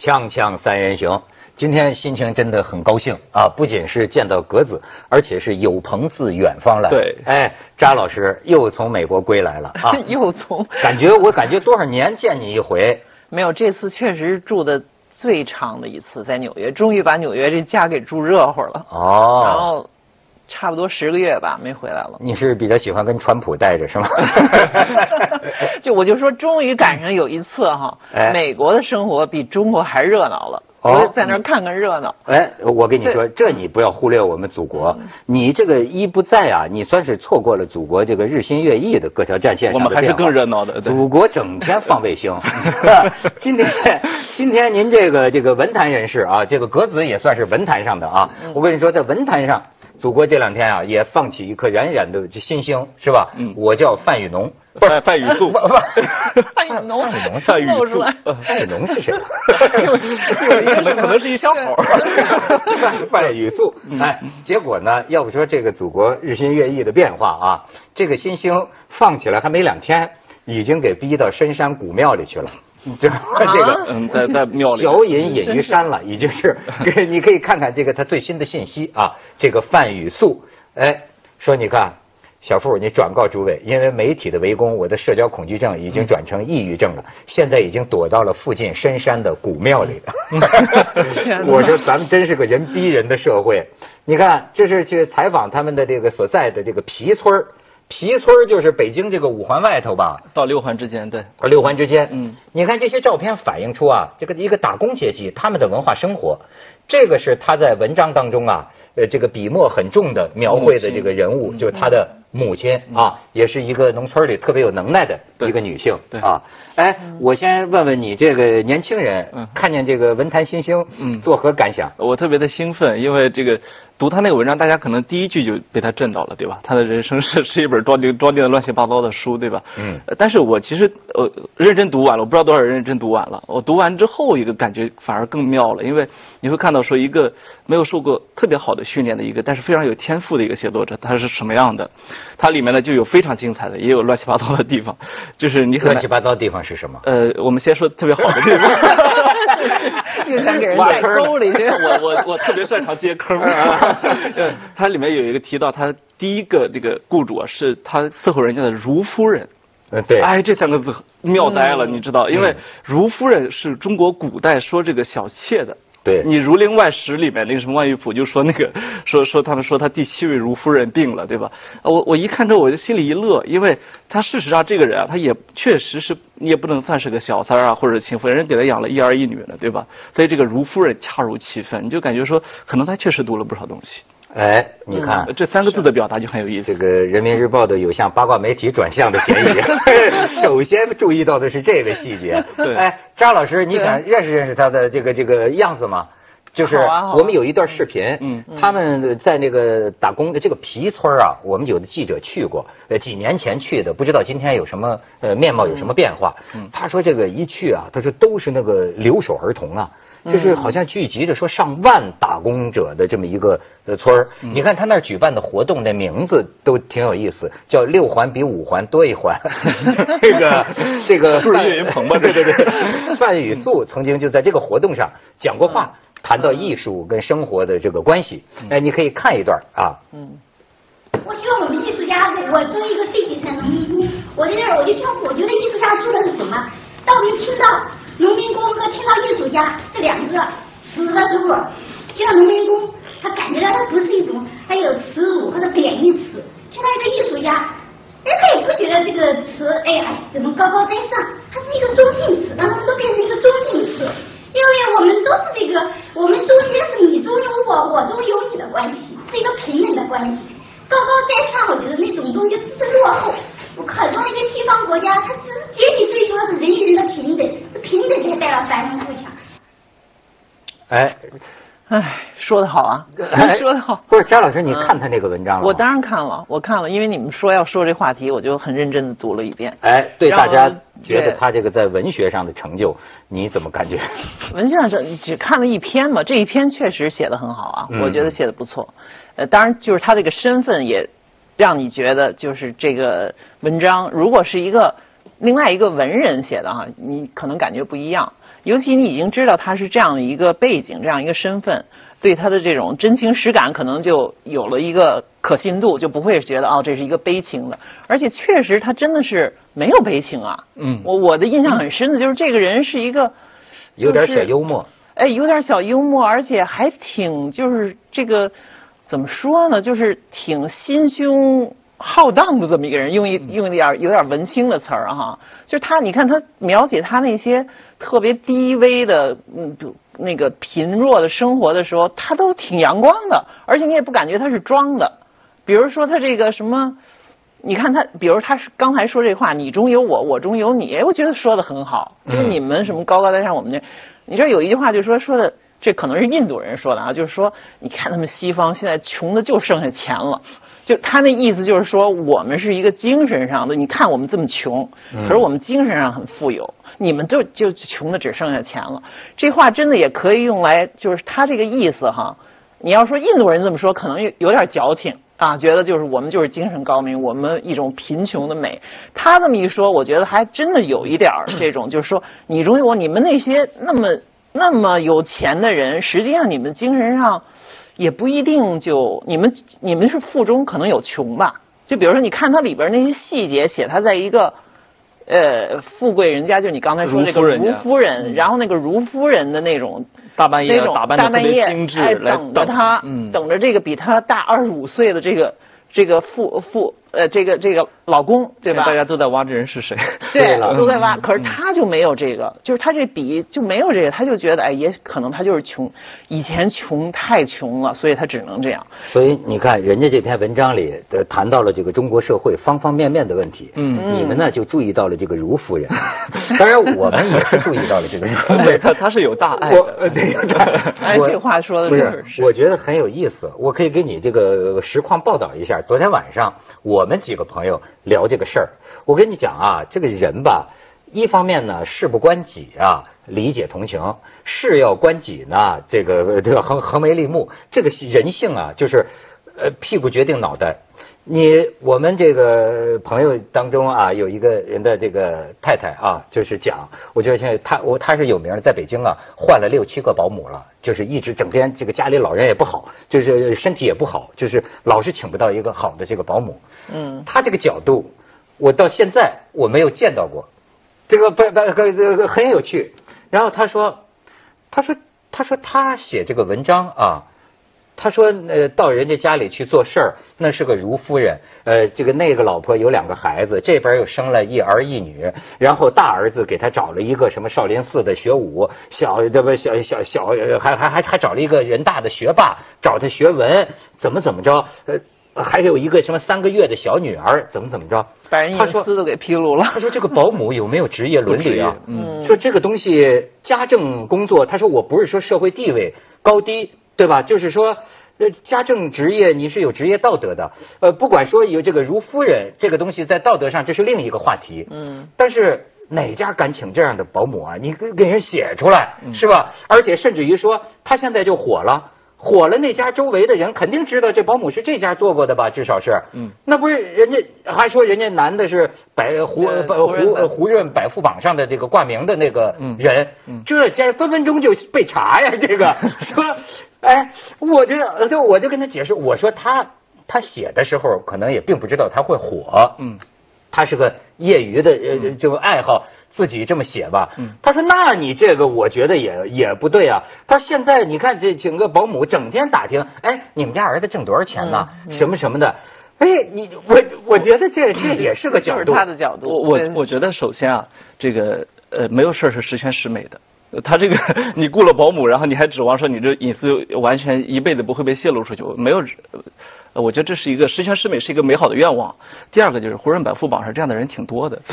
锵锵三人行，今天心情真的很高兴啊！不仅是见到格子，而且是有朋自远方来。 对， 哎，扎老师又从美国归来了啊！ 又从我感觉多少年见你一回？ 没有，这次确实住的最长的一次，在纽约，终于把纽约这家给住热乎了。 哦， 然后差不多10个月吧，没回来了。 你是比较喜欢跟川普待着是吗？ 我就说，终于赶上有一次哈，美国的生活比中国还热闹了。我就在那儿看看热闹。 哎，我跟你说，这你不要忽略我们祖国。你这个一不在啊，你算是错过了祖国这个日新月异的各条战线上的变化。 我们还是更热闹的。 祖国整天放卫星。今天您这个文坛人士啊，这个格子也算是文坛上的啊。我跟你说，在文坛上，祖国这2天啊也放起一颗冉冉的新星，是吧？我叫范雨农。 范雨素， 范雨农， 范雨素， 范雨农是谁？ 可能是一小伙。 范雨素，哎，结果呢，要不说这个祖国日新月异的变化啊，这个新星放起来还没2天，已经给逼到深山古庙里去了。这个在庙里小隐隐于山了，已经是。你可以看看这个他最新的信息啊，这个范雨素，哎，说你看。小傅，你转告诸位，因为媒体的围攻，我的社交恐惧症已经转成抑郁症了，现在已经躲到了附近深山的古庙里了。我说咱们真是个人逼人的社会。你看，这是去采访他们的这个所在的这个皮村皮村就是北京这个5环外头吧， 到6环之间，对 ，6环之间。你看这些照片反映出啊，这个一个打工阶级他们的文化生活。这个是他在文章当中啊，这个笔墨很重的描绘的这个人物，就是他的母亲啊，也是一个农村里特别有能耐的一个女性啊。哎，我先问问你，这个年轻人看见这个文坛新星，作何感想？ 我特别的兴奋，因为这个读他那个文章，大家可能第一句就被他震到了，对吧？他的人生是一本装订的乱七八糟的书，对吧？但是我其实认真读完了，我不知道多少人认真读完了。我读完之后，一个感觉反而更妙了，因为你会看到说一个没有受过特别好的训练的一个，但是非常有天赋的一个写作者，他是什么样的？它里面呢就有非常精彩的，也有乱七八糟的地方，就是你很乱七八糟的地方是什么？ 我们先说特别好的地方。 又想给人带沟里去。 我特别擅长接坑。它里面有一个提到，他第一个这个雇主是他伺候人家的如夫人。 对， 哎，这3个字妙呆了，你知道，因为如夫人是中国古代说这个小妾的。 对， 你《儒林外史》里面那个什么万玉甫就说那个说他们说他第7位如夫人病了，对吧？我一看之后我就心里一乐，因为他事实上这个人啊，他也确实是你也不能算是个小三啊，或者情妇，人给他养了1儿1女呢，对吧？所以这个如夫人恰如其分，你就感觉说可能他确实读了不少东西。 哎，你看这3个字的表达就很有意思。 这个《人民日报》的有向八卦媒体转向的嫌疑。首先注意到的是这个细节。 对， 哎，张老师，你想认识他的这个样子吗？就是我们有一段视频，他们在那个打工的这个皮村啊，我们有的记者去过，几年前去的，不知道今天有什么面貌有什么变化。他说这个一去啊，他说都是那个留守儿童啊。就是好像聚集着说上万打工者的这么一个村儿。你看他那儿举办的活动，那名字都挺有意思，叫6环比5环多1环。这个不是岳云鹏吧？ 对。范雨素曾经就在这个活动上讲过话，谈到艺术跟生活的这个关系。哎，你可以看一段啊。 我希望我们艺术家，我作为一个最基层农民工，我在这儿我就想，我觉得艺术家做的是什么？当你听到农民工和听到艺术家这2个词的时候，听到农民工，他感觉到他不是一种还有耻辱或者贬义词；听到一个艺术家，他也不觉得这个词怎么高高在上，它是一个中性词，让他们都变成一个中性词。因为我们都是这个，我们中间是你中有我，我中有你的关系，是一个平等的关系。高高在上，我觉得那种东西只是落后。很多一个西方国家，它只是集体追求的是人与人的平等，是平等才带来繁荣富强。 说得好啊，说得好。 不是张老师，你看他那个文章了吗？ 我当然看了，因为你们说要说这话题，我就很认真的读了一遍。 哎，对大家觉得他这个在文学上的成就，你怎么感觉？ 文学上只看了一篇嘛，这一篇确实写得很好啊，我觉得写得不错。当然就是他这个身份也让你觉得，就是这个文章如果是另外一个文人写的哈，你可能感觉不一样。 尤其你已经知道他是这样的一个背景，这样一个身份，对他的这种真情实感可能就有了一个可信度，就不会觉得这是一个悲情的。而且确实他真的是没有悲情啊。我的印象很深的就是这个人是一个、 有点小幽默。 有点小幽默，而且还挺就是这个怎么说呢，就是挺心胸浩荡的这么一个人，用一点有点文青的词儿哈，就是他，你看他描写他那些特别低微的那个贫弱的生活的时候，他都挺阳光的，而且你也不感觉他是装的。比如说他这个什么，你看他，比如他是刚才说这话，你中有我，我中有你，我觉得说的很好，就是你们什么高高在上，我们你这有一句话就说的，这可能是印度人说的啊，就是说你看他们西方现在穷的就剩下钱了。就他那意思就是说，我们是一个精神上的，你看我们这么穷，可是我们精神上很富有，你们就穷的只剩下钱了。这话真的也可以用来，就是他这个意思哈。你要说印度人这么说，可能有点矫情啊，觉得就是我们就是精神高明，我们一种贫穷的美。他这么一说，我觉得还真的有一点这种，就是说你容许你们那些那么有钱的人，实际上你们精神上。也不一定就你们是富中可能有穷吧，就比如说你看它里边那些细节写他在一个富贵人家，就你刚才说这个如夫人，然后那个如夫人的那种大半夜打扮的特别精致， 等着他，等着这个比他大25岁的这个这个老公，对吧？ 大家都在挖这人是谁？ 对，都在挖。可是他就没有这个，就是他这笔就没有这个，他就觉得也可能他就是穷，以前太穷了，所以他只能这样。 所以你看，人家这篇文章里谈到了这个中国社会方方面面的问题。你们呢就注意到了这个如夫人，当然我们也是注意到了这个如夫人。 他是有大爱的。 对，这话说的是， 我觉得很有意思。我可以给你这个实况报道一下。昨天晚上我们几个朋友聊这个事儿，我跟你讲啊，这个人吧，一方面呢事不关己啊，理解同情；事要关己呢，这个横眉立目。这个人性啊，就是屁股决定脑袋。我们这个朋友当中啊，有一个人的这个太太啊，就是讲，我觉得现在他是有名的，在北京啊换了6、7个保姆了，就是一直整天这个家里老人也不好，就是身体也不好，就是老是请不到一个好的这个保姆。他这个角度，我到现在我没有见到过，这个很有趣。然后他说他写这个文章啊。他说到人家家里去做事儿，那是个如夫人。那个老婆有2个孩子，这边又生了1儿1女，然后大儿子给他找了一个什么少林寺的学武，小还找了一个人大的学霸，找他学文，怎么着，还有一个什么3个月的小女儿，怎么着， 把人隐私都给披露了。 他说这个保姆有没有职业伦理啊？说这个东西家政工作，他说我不是说社会地位高低。对吧？就是说，家政职业你是有职业道德的。不管说有这个如夫人这个东西，在道德上这是另一个话题。但是哪家敢请这样的保姆啊？你给人写出来是吧？而且甚至于说，他现在就火了，那家周围的人肯定知道这保姆是这家做过的吧？至少是。那不是人家还说人家男的是胡润百富榜上的这个挂名的那个人，这家分分钟就被查呀！这个说。我就跟他解释，我说他写的时候可能也并不知道他会火，他是个业余的这个爱好，自己这么写吧。他说那你这个我觉得也不对啊。他说现在你看这请个保姆整天打听，你们家儿子挣多少钱呢？什么什么的。我觉得这也是个角度， 就是他的角度。 我觉得首先啊，这个没有事是十全十美的。他这个你雇了保姆，然后你还指望说你这隐私完全一辈子不会被泄露出去，没有。我觉得这是一个十全十美，是一个美好的愿望。第二个就是胡润百富榜上这样的人挺多的。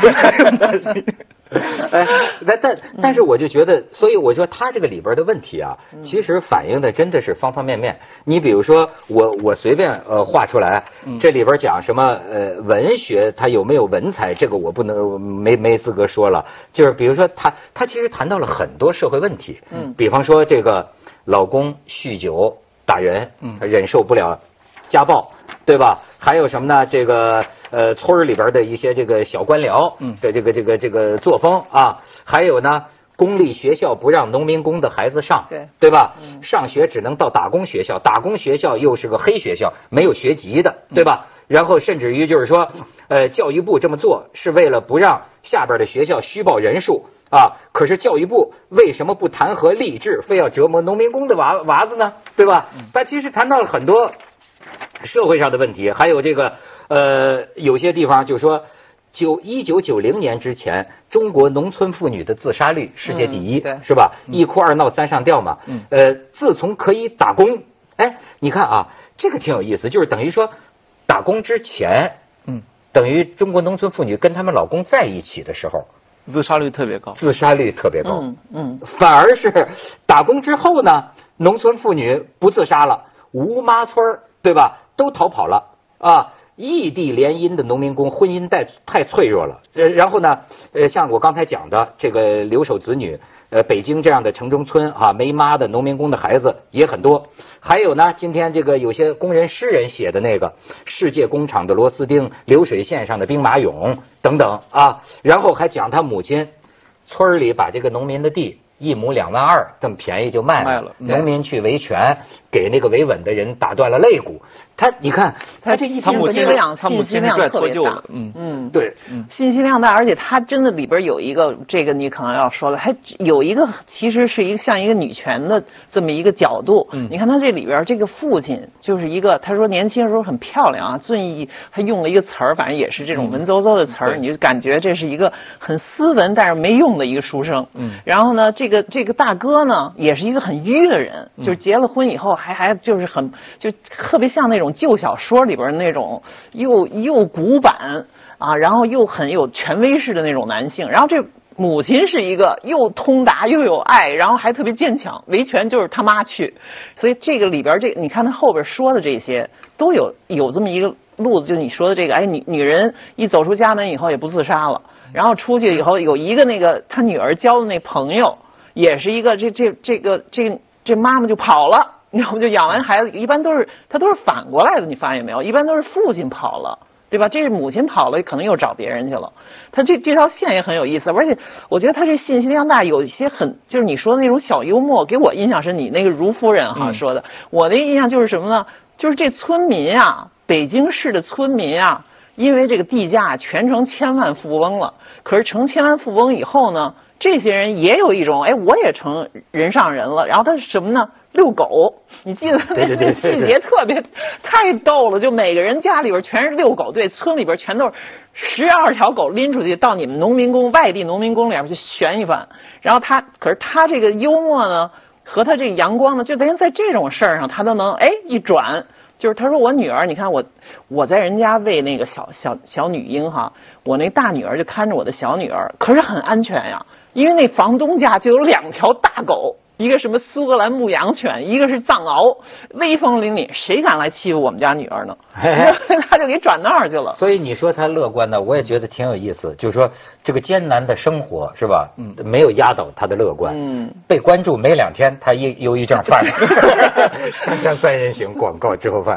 但是我就觉得，所以我说他这个里边的问题啊，其实反映的真的是方方面面。你比如说我随便画出来，这里边讲什么文学，他有没有文采，这个我不能没资格说了。就是比如说他其实谈到了很多社会问题，比方说这个老公酗酒打人，忍受不了家暴，对吧？还有什么呢？这个村里边的一些这个小官僚的这个作风啊，还有呢， 公立学校不让农民工的孩子上， 对吧？上学只能到打工学校，打工学校又是个黑学校，没有学籍的，对吧？然后甚至于就是说，教育部这么做是为了不让下边的学校虚报人数啊。可是教育部为什么不弹劾励志，非要折磨农民工的娃子呢？对吧？他其实谈到了很多社会上的问题，还有这个有些地方就说1990年之前，中国农村妇女的自杀率世界第一，是吧？一哭二闹三上吊嘛。自从可以打工，哎，你看啊，这个挺有意思，就是等于说打工之前，等于中国农村妇女跟他们老公在一起的时候， 自杀率特别高， 反而是打工之后呢，农村妇女不自杀了，吴妈村对吧，都逃跑了啊。异地联姻的农民工婚姻太脆弱了，然后呢，像我刚才讲的这个留守子女，北京这样的城中村啊，没妈的农民工的孩子也很多。还有呢，今天这个有些工人诗人写的那个世界工厂的螺丝钉，流水线上的兵马俑等等啊，然后还讲他母亲村里把这个农民的地1亩2万2，这么便宜就卖了。农民去维权，给那个维稳的人打断了肋骨。你看他这一他母亲信息量特别大。 对， 信息量大，而且他真的里边有一个，这个你可能要说了，还有一个其实是一个像一个女权的这么一个角度。你看他这里边这个父亲就是一个，他说年轻的时候很漂亮啊，俊逸，他用了一个词儿，反正也是这种文绉绉的词儿，你就感觉这是一个很斯文但是没用的一个书生。然后呢，这个大哥呢，也是一个很迂的人，就是结了婚以后还就是就特别像那种旧小说里边那种又古板啊，然后又很有权威式的那种男性。然后这母亲是一个又通达又有爱，然后还特别坚强，维权就是他妈去。所以这个里边你看他后边说的这些都有这么一个路子，就你说的这个，哎，女人一走出家门以后也不自杀了，然后出去以后有一个那个他女儿交的那朋友，也是一个这妈妈就跑了。然后就养完孩子，一般都是反过来的，你发现没有？一般都是父亲跑了，对吧？这是母亲跑了，可能又找别人去了。他这条线也很有意思，而且我觉得他这信息量大，有一些就是你说的那种小幽默，给我印象是你那个如夫人说的。我的印象就是什么呢？就是这村民啊，北京市的村民啊，因为这个地价全成千万富翁了。可是成千万富翁以后呢，这些人也有一种，哎，我也成人上人了。然后他是什么呢？遛狗，你记得那个细节特别太逗了，就每个人家里边全是遛狗队，村里边全都是12条狗拎出去到你们外地农民工里边去旋一番。然后可是他这个幽默呢，和他这个阳光呢，就连在这种事儿上他都能一转。就是他说我女儿，你看我在人家喂那个小女婴哈，我那大女儿就看着我的小女儿，可是很安全呀，因为那房东家就有2条大狗。一个什么苏格兰牧羊犬，一个是藏獒，威风凛凛，谁敢来欺负我们家女儿呢？他就给转那儿去了。 所以你说他乐观呢，我也觉得挺有意思。就是说这个艰难的生活是吧？没有压倒他的乐观。被关注没2天，他忧郁症犯了。锵锵3人行，广告之后饭。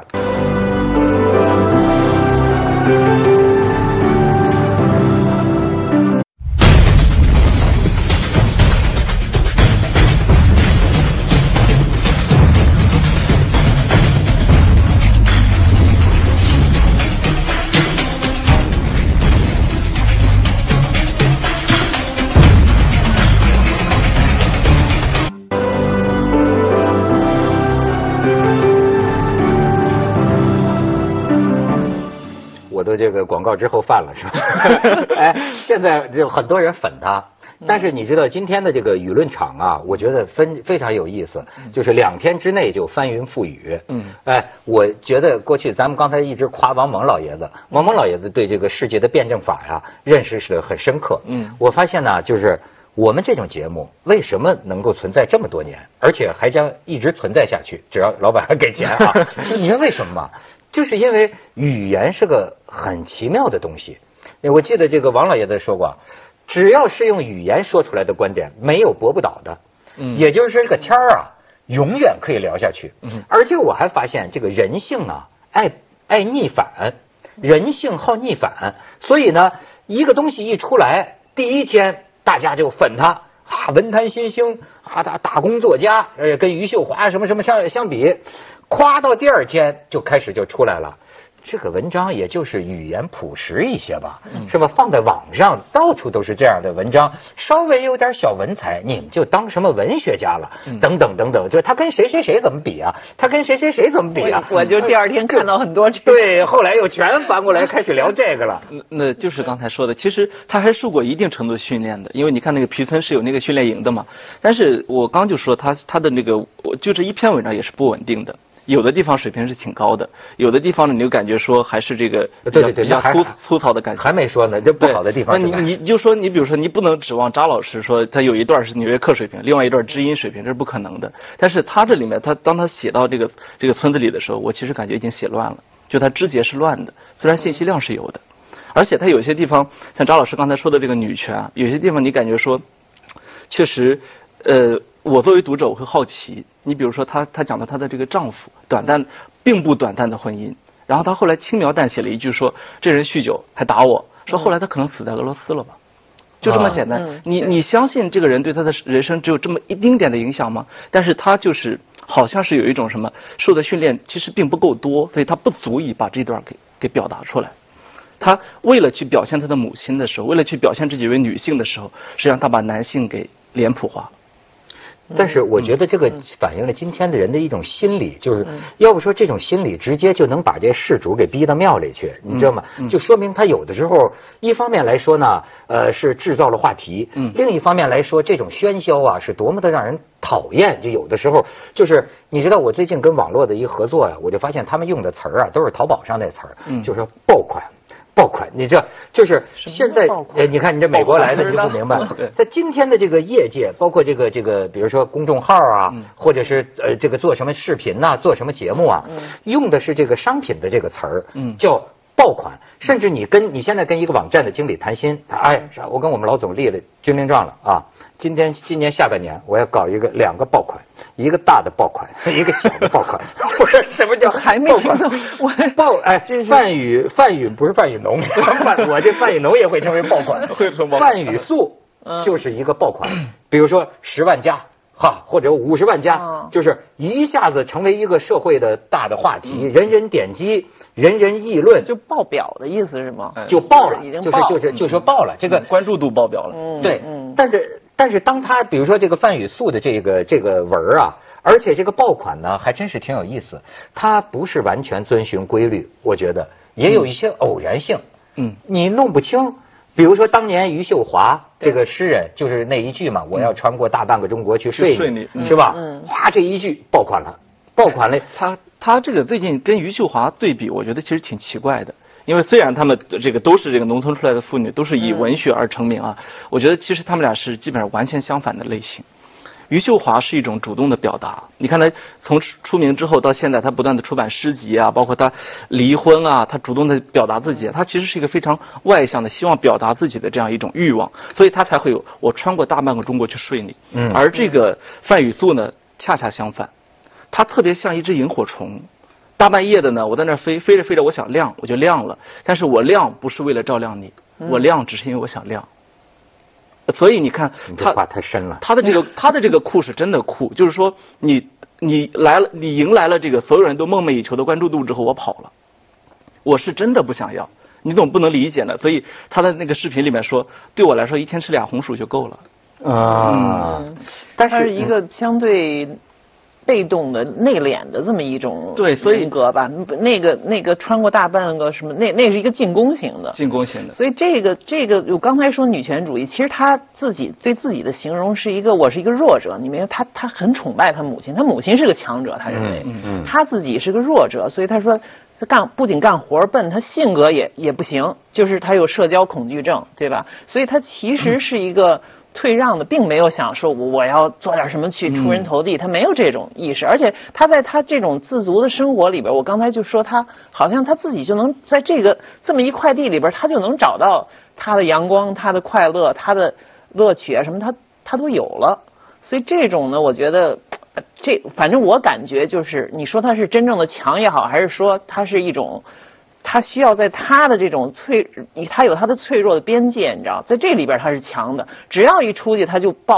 这个广告之后犯了是吧？哎，现在就很多人粉他，但是你知道今天的这个舆论场啊，我觉得非常有意思，就是2天之内就翻云覆雨。哎，我觉得过去咱们刚才一直夸王蒙老爷子，王蒙老爷子对这个世界的辩证法呀认识是很深刻。我发现呢，就是我们这种节目为什么能够存在这么多年，而且还将一直存在下去，只要老板还给钱啊？你知道为什么吗？就是因为语言是个很奇妙的东西。我记得这个王老爷子说过，只要是用语言说出来的观点，没有驳不倒的。也就是说这个天儿啊，永远可以聊下去。而且我还发现这个人性啊，爱逆反，人性好逆反。所以呢，一个东西一出来，第一天大家就粉他。 哇，文坛新星啊，大工作家，跟余秀华什么相比，夸到第二天就开始就出来了。这个文章也就是语言朴实一些吧，是吧？放在网上到处都是这样的文章，稍微有点小文采，你们就当什么文学家了，等等等等。就是他跟谁怎么比啊？他跟谁怎么比啊？ 我就第二天看到很多这对，后来又全翻过来开始聊这个了。 那就是刚才说的，其实他还受过一定程度的训练的，因为你看那个皮村是有那个训练营的嘛。但是我刚就说他的那个，就这一篇文章也是不稳定的。有的地方水平是挺高的，有的地方呢，你就感觉说还是这个比较粗糙的感觉。 还没说呢，这不好的地方。 那你就说，你比如说，你不能指望扎老师说他有一段是纽约客水平，另外一段知音水平，这是不可能的。但是他这里面，当他写到这个村子里的时候，我其实感觉已经写乱了，就他枝节是乱的，虽然信息量是有的，而且他有些地方，像扎老师刚才说的这个女权，有些地方你感觉说，确实，我作为读者我会好奇，你比如说她讲到她的这个丈夫并不短暂的婚姻，然后她后来轻描淡写了一句说这人酗酒还打我，说后来他可能死在俄罗斯了吧，就这么简单。你相信这个人对他的人生只有这么一丁点的影响吗？但是他就是好像是有一种什么受的训练其实并不够多，所以他不足以把这段给表达出来。他为了去表现他的母亲的时候，为了去表现这几位女性的时候，实际上他把男性给脸谱化了。 但是我觉得这个反映了今天的人的一种心理，就是要不说这种心理直接就能把这事主给逼到庙里去，你知道吗？就说明他有的时候一方面来说呢，是制造了话题，另一方面来说这种喧嚣啊是多么的让人讨厌。就有的时候就是你知道，我最近跟网络的一个合作呀，我就发现他们用的词儿啊都是淘宝上那词儿，就是爆款，你这就是现在你看你这美国来的你就不明白，在今天的这个业界，包括这个比如说公众号啊，或者是这个做什么视频呐，做什么节目啊，用的是这个商品的这个词儿，叫爆款。甚至你现在跟一个网站的经理谈心，我跟我们老总立了军令状了啊，今年下半年我要搞2个爆款，一个大的爆款，一个小的爆款。不是什么叫还没听懂？ 范宇不是范宇农，我这范宇农也会成为爆款。范宇素就是一个爆款，比如说10万加。或者50万加，就是一下子成为一个社会的大的话题，人人点击，人人议论， 就爆表的意思是吗？ 就爆了，就是爆了，这个关注度爆表了。 对，但是当他比如说这个范宇素的这个文啊，而且这个爆款呢还真是挺有意思，它不是完全遵循规律，我觉得也有一些偶然性，你弄不清。比如说当年余秀华这个诗人，就是那一句嘛，我要穿过大半个中国去睡你，是吧？哗，这一句爆款了。 他这个最近跟余秀华对比，我觉得其实挺奇怪的。因为虽然他们这个都是这个农村出来的妇女，都是以文学而成名啊，我觉得其实他们俩是基本上完全相反的类型。余秀华是一种主动的表达，你看他从出名之后到现在，他不断的出版诗集啊，包括他离婚啊，他主动的表达自己，他其实是一个非常外向的，希望表达自己的这样一种欲望，所以他才会有我穿过大半个中国去睡你。而这个范宇素呢，恰恰相反，他特别像一只萤火虫，大半夜的呢，我在那飞着，我想亮我就亮了，但是我亮不是为了照亮你，我亮只是因为我想亮。所以你看， 这话太深了。 他的这个酷是真的酷，就是说你来了，你迎来了这个所有人都梦寐以求的关注度之后，我跑了，我是真的不想要，你总不能理解呢。所以他的那个视频里面说，对我来说一天吃2红薯就够了。 但是一个相对被动的内敛的这么一种人格吧，那个穿过大半个什么，那是一个进攻型的。所以这个我刚才说女权主义，其实他自己对自己的形容是我是一个弱者。你明白，他很崇拜他母亲，他母亲是个强者，他认为，他自己是个弱者，所以他说不仅干活笨，他性格也不行，就是他有社交恐惧症，对吧？所以他其实是一个退让的，并没有想说我要做点什么去出人头地，他没有这种意识。而且他在他这种自足的生活里边，我刚才就说他好像他自己就能在这么一块地里边，他就能找到他的阳光，他的快乐，他的乐趣啊什么，他都有了。所以这种呢，我觉得反正我感觉就是你说他是真正的强也好，还是说他是一种他需要在他的这种他有他的脆弱的边界，你知道，在这里边他是强的，只要一出去他就爆了，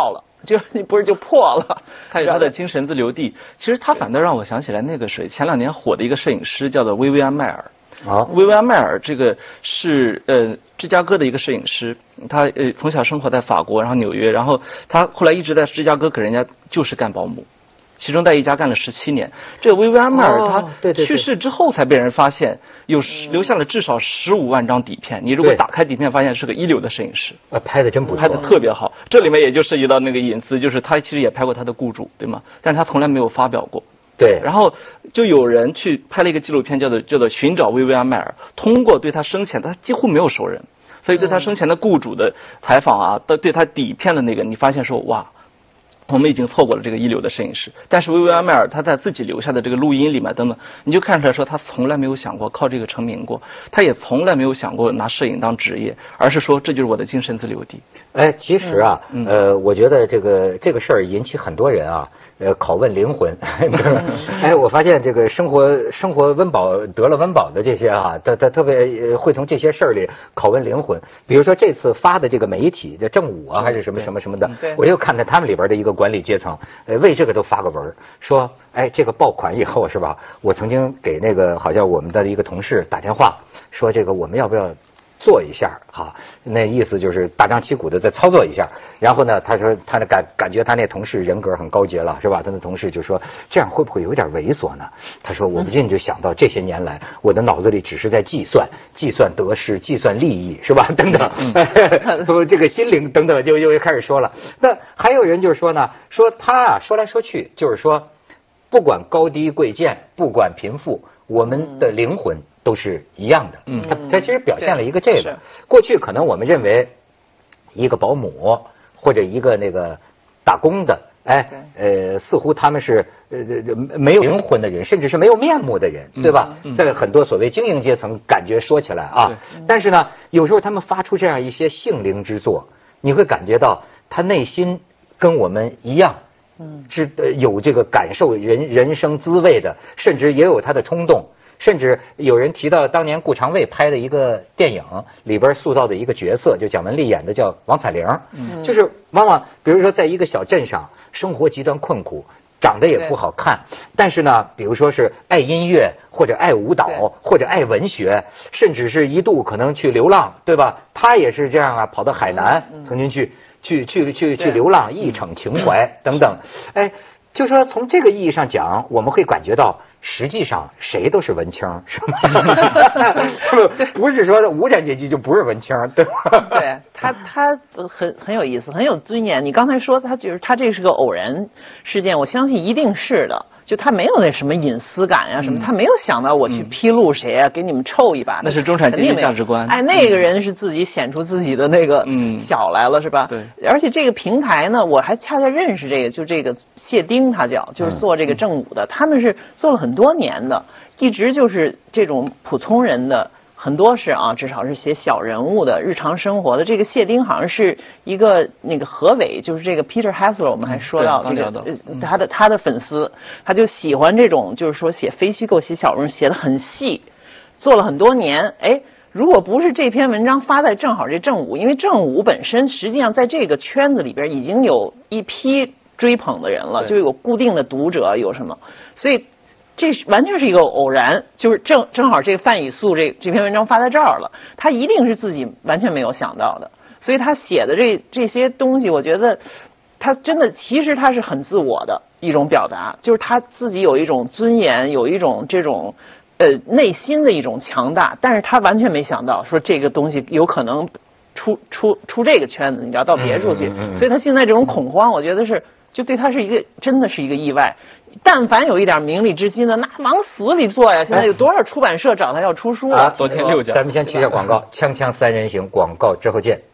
就你不是就破了。 还有他的精神自留地，其实他反倒让我想起来那个谁前2年火的一个摄影师叫做薇薇安迈尔。薇薇安迈尔这个是芝加哥的一个摄影师，他从小生活在法国，然后纽约，然后他后来一直在芝加哥给人家就是干保姆，其中在一家干了17年。这个薇薇安迈尔他去世之后才被人发现，留下了至少15万张底片。你如果打开底片，发现是个一流的摄影师， 拍的真不错， 拍的特别好。这里面也就涉及到那个隐私，就是他其实也拍过他的雇主，对吗？但是他从来没有发表过。 对， 然后就有人去拍了一个纪录片，叫做寻找薇薇安迈尔，通过对他生前，他几乎没有熟人，所以对他生前的雇主的采访啊，对他底片的那个，你发现说哇，我们已经错过了这个一流的摄影师。但是薇薇安迈尔他在自己留下的这个录音里面等等，你就看出来说他从来没有想过靠这个成名过，他也从来没有想过拿摄影当职业，而是说这就是我的精神自留地。 其实啊，我觉得这个事儿引起很多人啊，拷问灵魂。我发现这个生活温饱得了温饱的这些啊，他特别会从这些事儿里拷问灵魂。比如说这次发的这个媒体，这正午啊还是什么的，我又看到他们里边的一个管理阶层，为这个都发个文说，这个爆款以后是吧？我曾经给那个好像我们的一个同事打电话说，这个我们要不要做一下哈？那意思就是大张旗鼓的再操作一下。然后呢，他说他感觉他那同事人格很高洁了，是吧？他的同事就说这样会不会有点猥琐呢？他说我不禁就想到这些年来我的脑子里只是在计算得失，计算利益，是吧？等等，这个心灵等等就又开始说了。那还有人就是说呢，说他啊说来说去就是说，不管高低贵贱，不管贫富，我们的灵魂都是一样的。他其实表现了一个这个。过去可能我们认为一个保姆或者一个那个打工的，似乎他们是没有灵魂的人，甚至是没有面目的人，对吧？在很多所谓精英阶层感觉说起来啊，但是呢，有时候他们发出这样一些性灵之作，你会感觉到他内心跟我们一样。是有这个感受人生滋味的，甚至也有他的冲动，甚至有人提到当年顾长卫拍的一个电影里边塑造的一个角色，就蒋雯丽演的叫王彩玲，就是往往比如说在一个小镇上生活极端困苦，长得也不好看，但是呢，比如说是爱音乐或者爱舞蹈或者爱文学，甚至是一度可能去流浪，对吧？他也是这样啊，跑到海南曾经去流浪，一逞情怀等等。就说从这个意义上讲，我们会感觉到实际上谁都是文青，是吗？不是说无产阶级就不是文青，对吧？ 对，他很有意思，很有尊严。你刚才说他这是个偶然事件，我相信一定是的。就他没有那什么隐私感呀什么，他没有想到我去披露谁啊，给你们臭一把。 那是中产阶级价值观。 那个人是自己显出自己的那个小来了，是吧？ 对。 而且这个平台呢，我还恰恰认识就这个谢丁，他就是做这个正午的，他们是做了很多年的，一直就是这种普通人的。很多是啊，至少是写小人物的日常生活的。这个谢丁好像是一个那个何伟，就是这个 Peter Hessler， 我们还说到这个他的粉丝，他就喜欢这种就是说写非虚构、写小人物，写得很细，做了很多年。如果不是这篇文章发在正好这正午，因为正午本身实际上在这个圈子里边已经有一批追捧的人了，就有固定的读者，有什么，所以。这完全是一个偶然，就是正好这个范以素这篇文章发在这儿了，他一定是自己完全没有想到的，所以他写的这些东西，我觉得他真的其实他是很自我的一种表达，就是他自己有一种尊严，有一种这种内心的一种强大，但是他完全没想到说这个东西有可能出这个圈子，你知道到别处去，所以他现在这种恐慌，我觉得就对他是真的是一个意外。但凡有一点名利之心的，那往死里做呀！现在有多少出版社找他要出书啊？ 昨天6家。 咱们先去一下广告，锵锵三人行，广告之后见。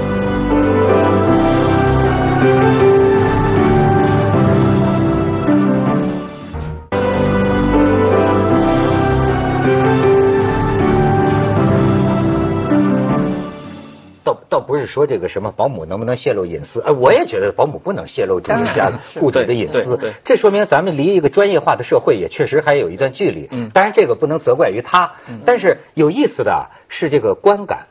倒不是说这个什么保姆能不能泄露隐私，我也觉得保姆不能泄露主人家雇主的隐私，这说明咱们离一个专业化的社会也确实还有一段距离。当然这个不能责怪于他，但是有意思的是这个观感，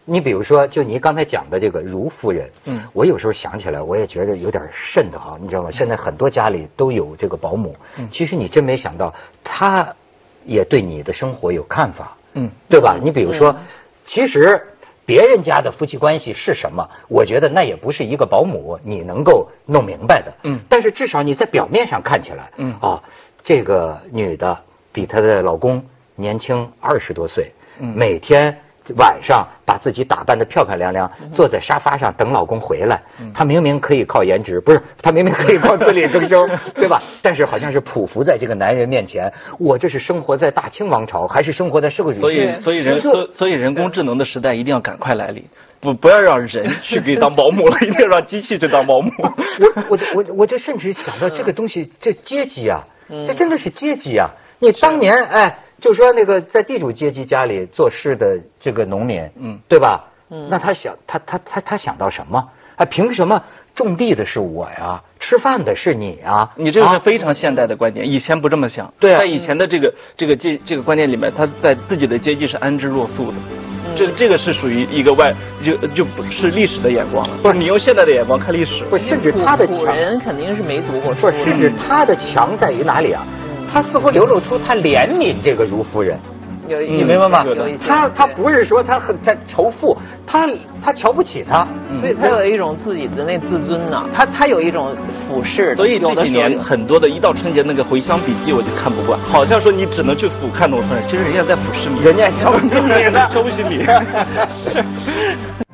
你比如说，就你刚才讲的这个如夫人，我有时候想起来，我也觉得有点瘆得慌，你知道吗？现在很多家里都有这个保姆，其实你真没想到，她也对你的生活有看法，对吧？你比如说，其实别人家的夫妻关系是什么，我觉得那也不是一个保姆你能够弄明白的，但是至少你在表面上看起来，这个女的比她的老公年轻20多岁，每天晚上把自己打扮得漂漂亮亮，坐在沙发上等老公回来。她明明可以靠颜值，不是，她明明可以靠自力更生，对吧？但是好像是匍匐在这个男人面前。我这是生活在大清王朝，还是生活在社会主义？ 所以人工智能的时代一定要赶快来临。不要让人去给当保姆了，一定要让机器去当保姆。 我这甚至想到这个东西，这阶级啊，这真的是阶级啊！你当年就说那个在地主阶级家里做事的这个农民，对吧？那他想到什么？凭什么种地的是我呀？吃饭的是你啊？ 你这个是非常现代的观点，以前不这么想。 对啊， 在以前的这个观念里面，他在自己的阶级是安之若素的。这个是属于一个就不是历史的眼光了，不是你用现在的眼光看历史， 不是，甚至他的古人肯定是没读过书， 不是，甚至他的强在于哪里啊？他似乎流露出他怜悯这个如夫人，你明白吗？他不是说他在仇富，他瞧不起他， 所以他有一种自己的那自尊呢，他有一种俯视。 所以这几年很多的一到春节那个回乡笔记我就看不惯，好像说你只能去俯瞰农村人，其实人家在俯视你， 人家瞧不起你呢， 瞧不起你。是。